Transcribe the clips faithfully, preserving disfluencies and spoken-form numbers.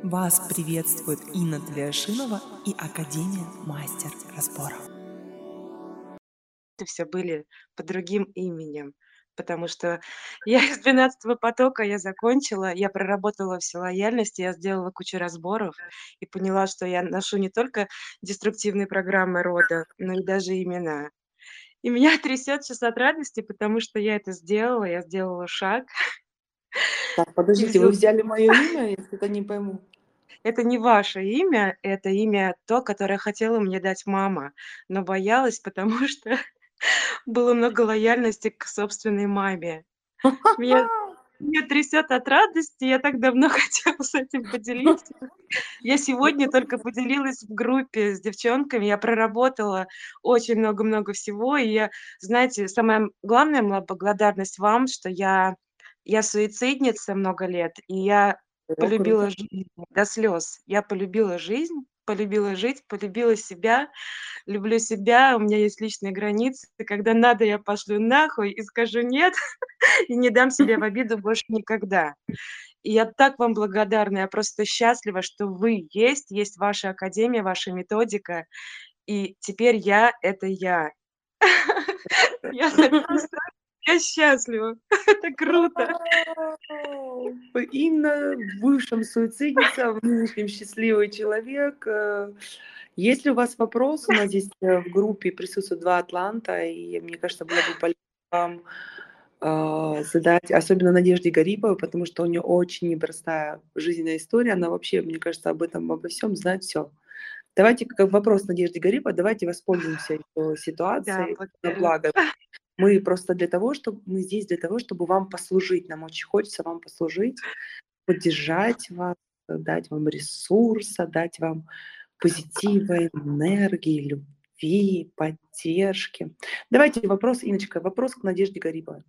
Вас приветствует Инна Тлешинова и Академия Мастер Разборов. Это все были под другим именем, потому что я из двенадцатого потока я закончила, я проработала все лояльности, я сделала кучу разборов и поняла, что я ношу не только деструктивные программы рода, но и даже имена. И меня трясет сейчас от радости, потому что я это сделала, я сделала шаг. Так, И подождите, вы всё. взяли моё имя? Я что-то не пойму. Это не ваше имя, это имя то, которое хотела мне дать мама, но боялась, потому что было много лояльности к собственной маме. Меня меня трясет от радости, я так давно хотела с этим поделиться. Я сегодня только поделилась в группе с девчонками, я проработала очень много-много всего. И я, знаете, самое, м, главное, моя благодарность вам, что я я суицидница много лет, и я О, полюбила круто. жизнь до слез. Я полюбила жизнь, полюбила жить, полюбила себя, люблю себя, у меня есть личные границы. И когда надо, я пошлю нахуй и скажу нет, и не дам себя в обиду больше никогда. И я так вам благодарна, я просто счастлива, что вы есть, есть ваша академия, ваша методика, и теперь я- это я. Я так просто, я счастлива, это круто. Вау! Инна в бывшем суицидница, а в нынешнем счастливый человек. Э, есть ли у вас вопросы? У нас здесь, э, в группе присутствуют два атланта, и мне кажется, было бы полезно вам, а, задать, особенно Надежде Гариповой, потому что у неё очень непростая жизненная история. Она вообще, мне кажется, об этом, обо всём знает всё. Давайте как вопрос Надежде Гариповой, давайте воспользуемся её Да, ситуацией на благодарю. благо. Мы просто для того, чтоб мы здесь для того, чтобы вам послужить. Нам очень хочется вам послужить, поддержать вас, дать вам ресурса, дать вам позитива, энергии, любви, поддержки. Давайте вопрос, Инночка, вопрос к Надежде Гариповой.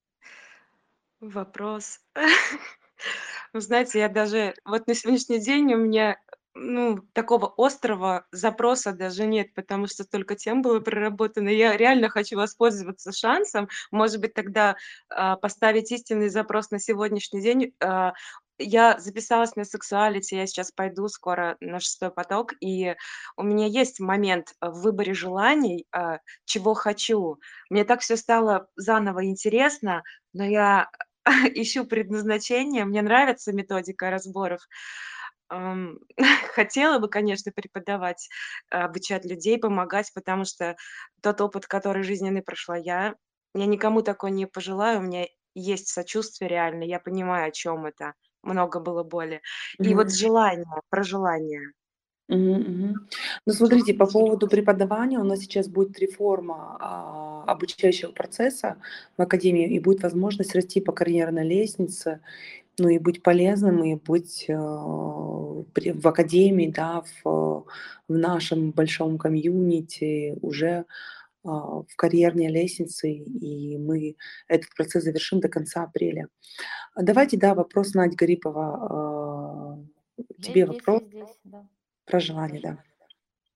Вопрос. Вы знаете, я даже вот на сегодняшний день у меня, ну, такого острого запроса даже нет, потому что столько тем было проработано. Я реально хочу воспользоваться шансом. Может быть, тогда, а, поставить истинный запрос на сегодняшний день. А, я записалась на сексуалити, я сейчас пойду скоро на шестой поток, и у меня есть момент в выборе желаний, а, чего хочу. Мне так всё стало заново интересно, но я ищу предназначение. Мне нравится методика разборов. Ам, хотела бы, конечно, преподавать, обучать людей, помогать, потому что тот опыт, который жизненный прошла я, я никому такой не пожелаю. У меня есть сочувствие реальное, я понимаю, о чём это. Много было боли. И вот Мгм. желание, про желание. Мгм, мгм. Ну, смотрите, по поводу преподавания у нас сейчас будет реформа, а, обучающего процесса в академии, и будет возможность расти по карьерной лестнице, ну и быть полезным, и быть, а, при в академии, да, в в нашем большом комьюнити уже, а, в карьерной лестнице, и мы этот процесс завершим до конца апреля. Давайте, да, вопрос, Надь Гарипова, а, Я тебе здесь, вопрос я здесь, да. про Про желание, да. желание, да.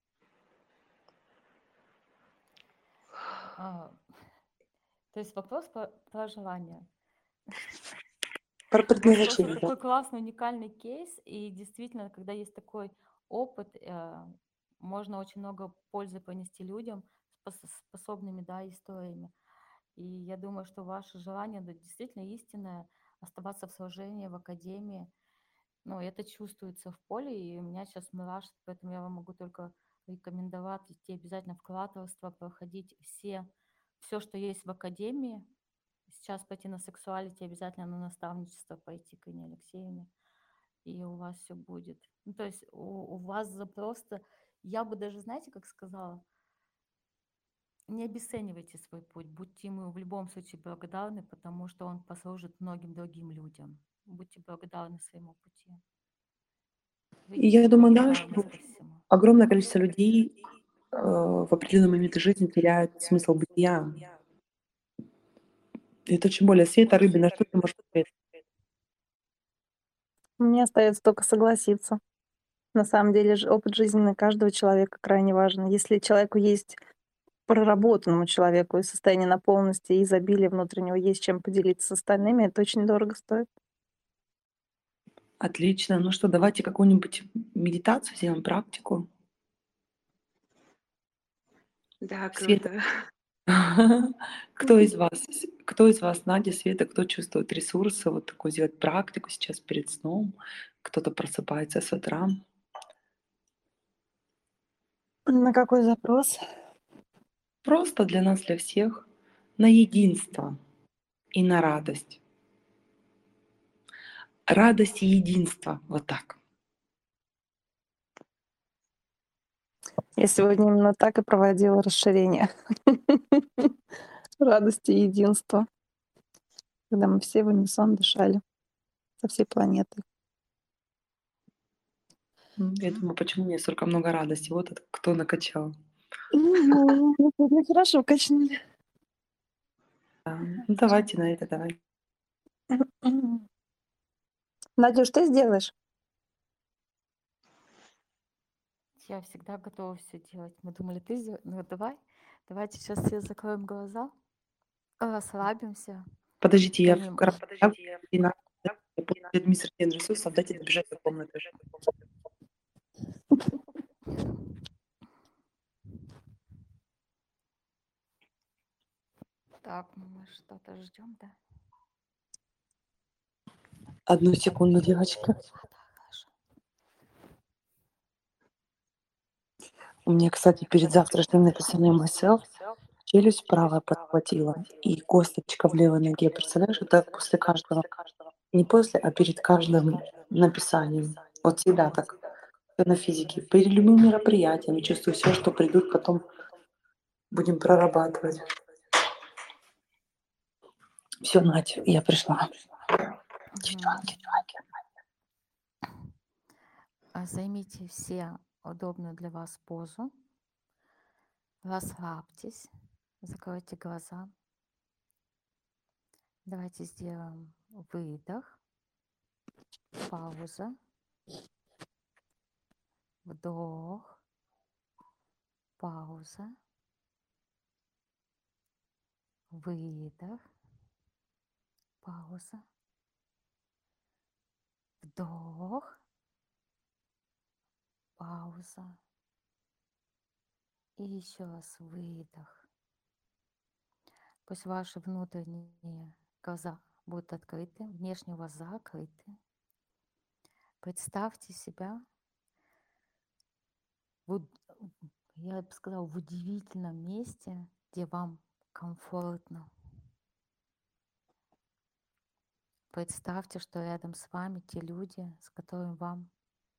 А, то есть вопрос по про желание. Про У вас просто предназначение, да. такой классный, уникальный кейс, и действительно, когда есть такой опыт, э, можно очень много пользы принести людям спос способными, да, историями. И я думаю, что ваше желание, оно действительно истинное- оставаться в служении, в академии. Ну, это чувствуется в поле, и у меня щас мурашит, поэтому я вам могу только рекомендовать идти обязательно в кураторство, проходить все всё, что есть в академии. Сейчас пойти на сексуалити, обязательно на наставничество пойти к Инне Алексеевне, и у вас всё будет. Ну, то есть у у вас запрос-то, я бы даже, знаете, как сказала не обесценивайте свой путь, будьте ему в любом случае благодарны, потому что он послужит многим другим людям. Будьте благодарны своему пути. И Выйдите я в думаю, да, что благодарность ко всему. огромное количество людей, э, в определенные моменты жизни теряют смысл бытия. Это чем более света рыбы, на что ты можешь посмотреть? Мне остаётся только согласиться. На самом деле ж опыт жизненный каждого человека крайне важен. Если человеку есть проработанному человеку и состояние наполненности, и изобилия внутреннего, есть чем поделиться с остальными, это очень дорого стоит. Отлично. Ну что, давайте какую-нибудь медитацию сделаем, практику. Да, Света, круто. кто из вас, кто из вас, Надя, Света, кто чувствует ресурсы, вот такую сделать практику сейчас перед сном? Кто-то просыпается с утра. На какой запрос? Просто для нас, для всех, на единство и на радость. Радость и единство. Вот так. Я сегодня именно так и проводила расширение радости и единства, когда мы все в унисон дышали со всей планеты. М, Я думаю, почему мне столько много радости? Вот это кто накачал. Мгм. Ну, сегодня хорошо качнули. Да. Ну давайте на это, давай. Надюш, ты сделаешь? Я всегда готова все делать. Мы думали, ты сделаешь. Ну давай, давайте сейчас все закроем глаза, расслабимся, Подождите, я в скажем, кор- я в координат- я после административных ресурсов, дайте добежать до комнаты. так, мы что-то ждем, да? Одну секунду, девочка. А, да, хорошо. У меня, кстати, перед завтрашним написанием myself челюсть правая подхватила и косточка в левой ноге. Представляешь, это после каждого, не после, а перед каждым написанием. Вот всегда так. Это на физике. Перед любым мероприятием чувствую все, что придут, потом будем прорабатывать. Все, Надя, я пришла. Мгм. Девчонки, А Займите все удобную для вас позу. Расслабьтесь, закройте глаза. Давайте сделаем выдох, пауза, вдох, пауза, выдох, пауза, вдох, пауза и еще раз выдох. Пусть ваши внутренние глаза будут открыты, внешние у вас закрыты. Представьте себя, в уд- я бы сказала, в удивительном месте, где вам комфортно. Представьте, что рядом с вами те люди, с которыми вам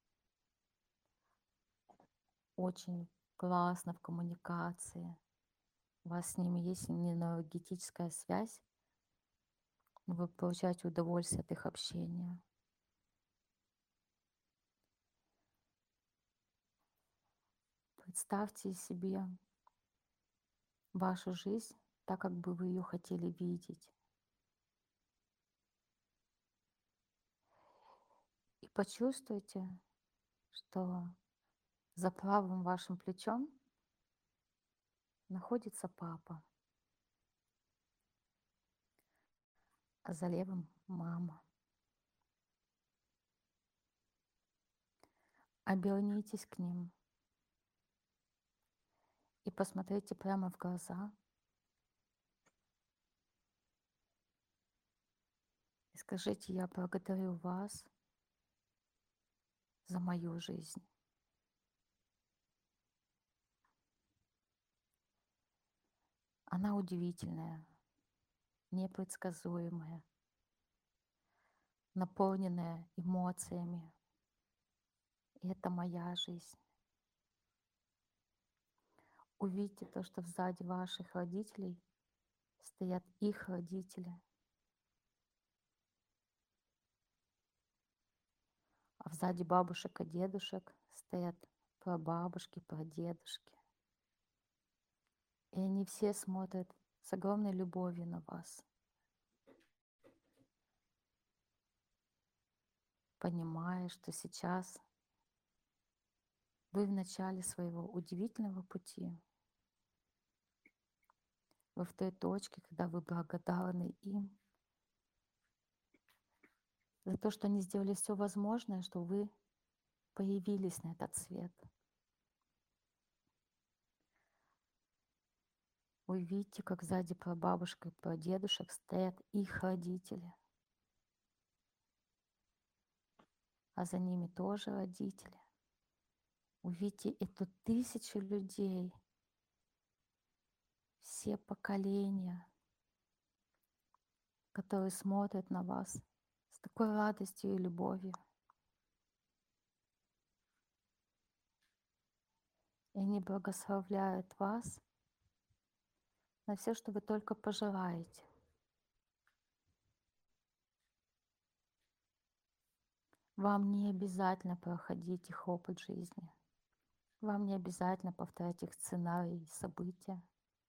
очень классно в коммуникации. У вас с ними есть энергетическая связь, но вы получаете удовольствие от их общения. Представьте себе вашу жизнь так, как бы вы ее хотели видеть. И почувствуйте, что за правым вашим плечом находится папа, а за левым мама. Обернитесь к ним и посмотрите прямо в глаза и скажите: я благодарю вас за мою жизнь. Она удивительная, непредсказуемая, наполненная эмоциями. И это моя жизнь. Увидьте то, что сзади ваших родителей стоят их родители, а сзади бабушек и дедушек стоят прабабушки, прадедушки. И они все смотрят с огромной любовью на вас, понимая, что сейчас вы в начале своего удивительного пути. Вы в той точке, когда вы благодарны им за то, что они сделали все возможное, чтобы вы появились на этот свет. Вы видите, как сзади прабабушка и прадедушек стоят их родители, а за ними тоже родители. Увидите эту тысячу людей, все поколения, которые смотрят на вас с такой радостью и любовью. И они благословляют вас на все, что вы только пожелаете. Вам не обязательно проходить их опыт жизни. Вам не обязательно повторять их сценарии и события.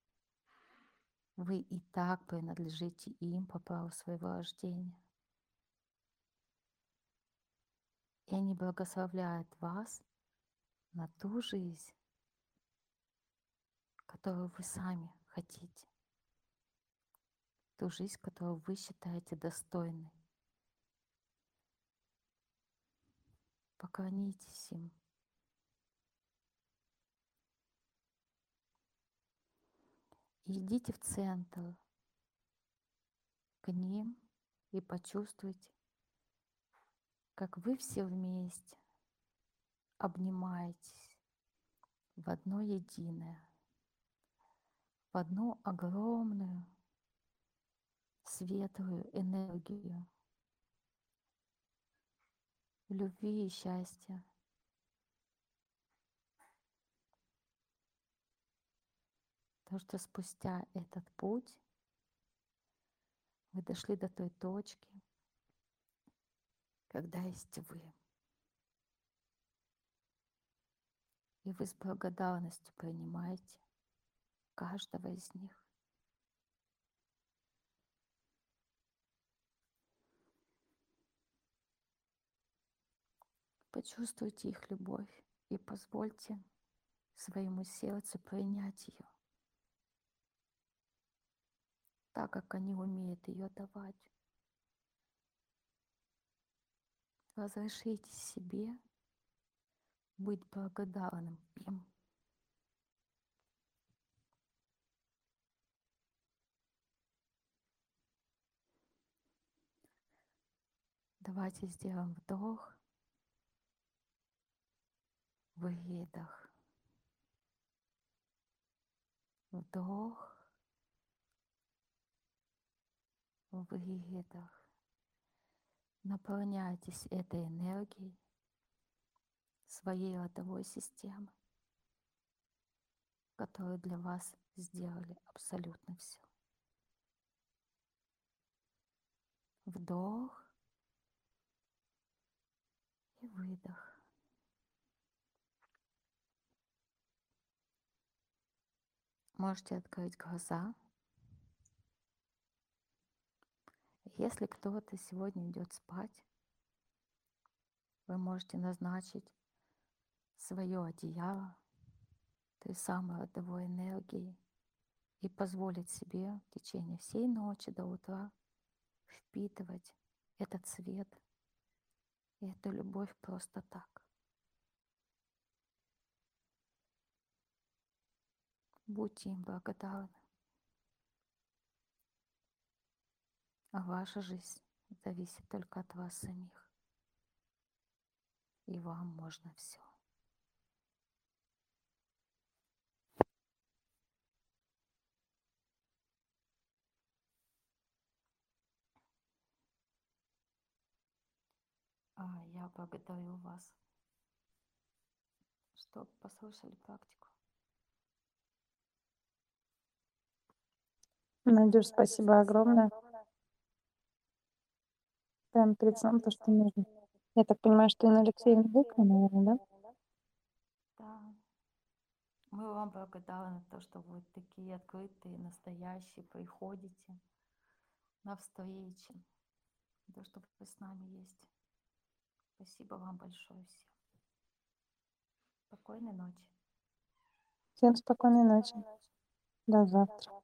Вы и так принадлежите им по праву своего рождения. И они благословляют вас на ту жизнь, которую вы сами хотите. Ту жизнь, которую вы считаете достойной. Поклонитесь им. И идите в центр к ним и почувствуйте, как вы все вместе обнимаетесь в одно единое, в одну огромную светлую энергию любви и счастья. То, что спустя этот путь вы дошли до той точки, когда есть вы. И вы с благодарностью принимаете каждого из них. Почувствуйте их любовь и позвольте своему сердцу принять ее, так как они умеют ее давать. Разрешите себе быть благодарным им. Давайте сделаем вдох, выдох, вдох, выдох. Наполняйтесь этой энергией своей родовой системы, которую для вас сделали абсолютно все. Вдох и выдох. Можете открыть глаза. Если кто-то сегодня идет спать, вы можете назначить свое одеяло той самой родовой энергии и позволить себе в течение всей ночи до утра впитывать этот свет и эту любовь просто так. Будьте им благодарны. А ваша жизнь зависит только от вас самих. И вам можно все. А я благодарю вас, что послушали практику. Надюш, спасибо огромное. Прям перед сном то, что нужно. Я так понимаю, что Инна Алексеевна выкла, наверное, да? Да. Мы вам благодарны за то, что вы такие открытые, настоящие, приходите на встречи, за то, что вы с нами есть. Спасибо вам большое всем. Спокойной ночи. Всем спокойной ночи. До завтра.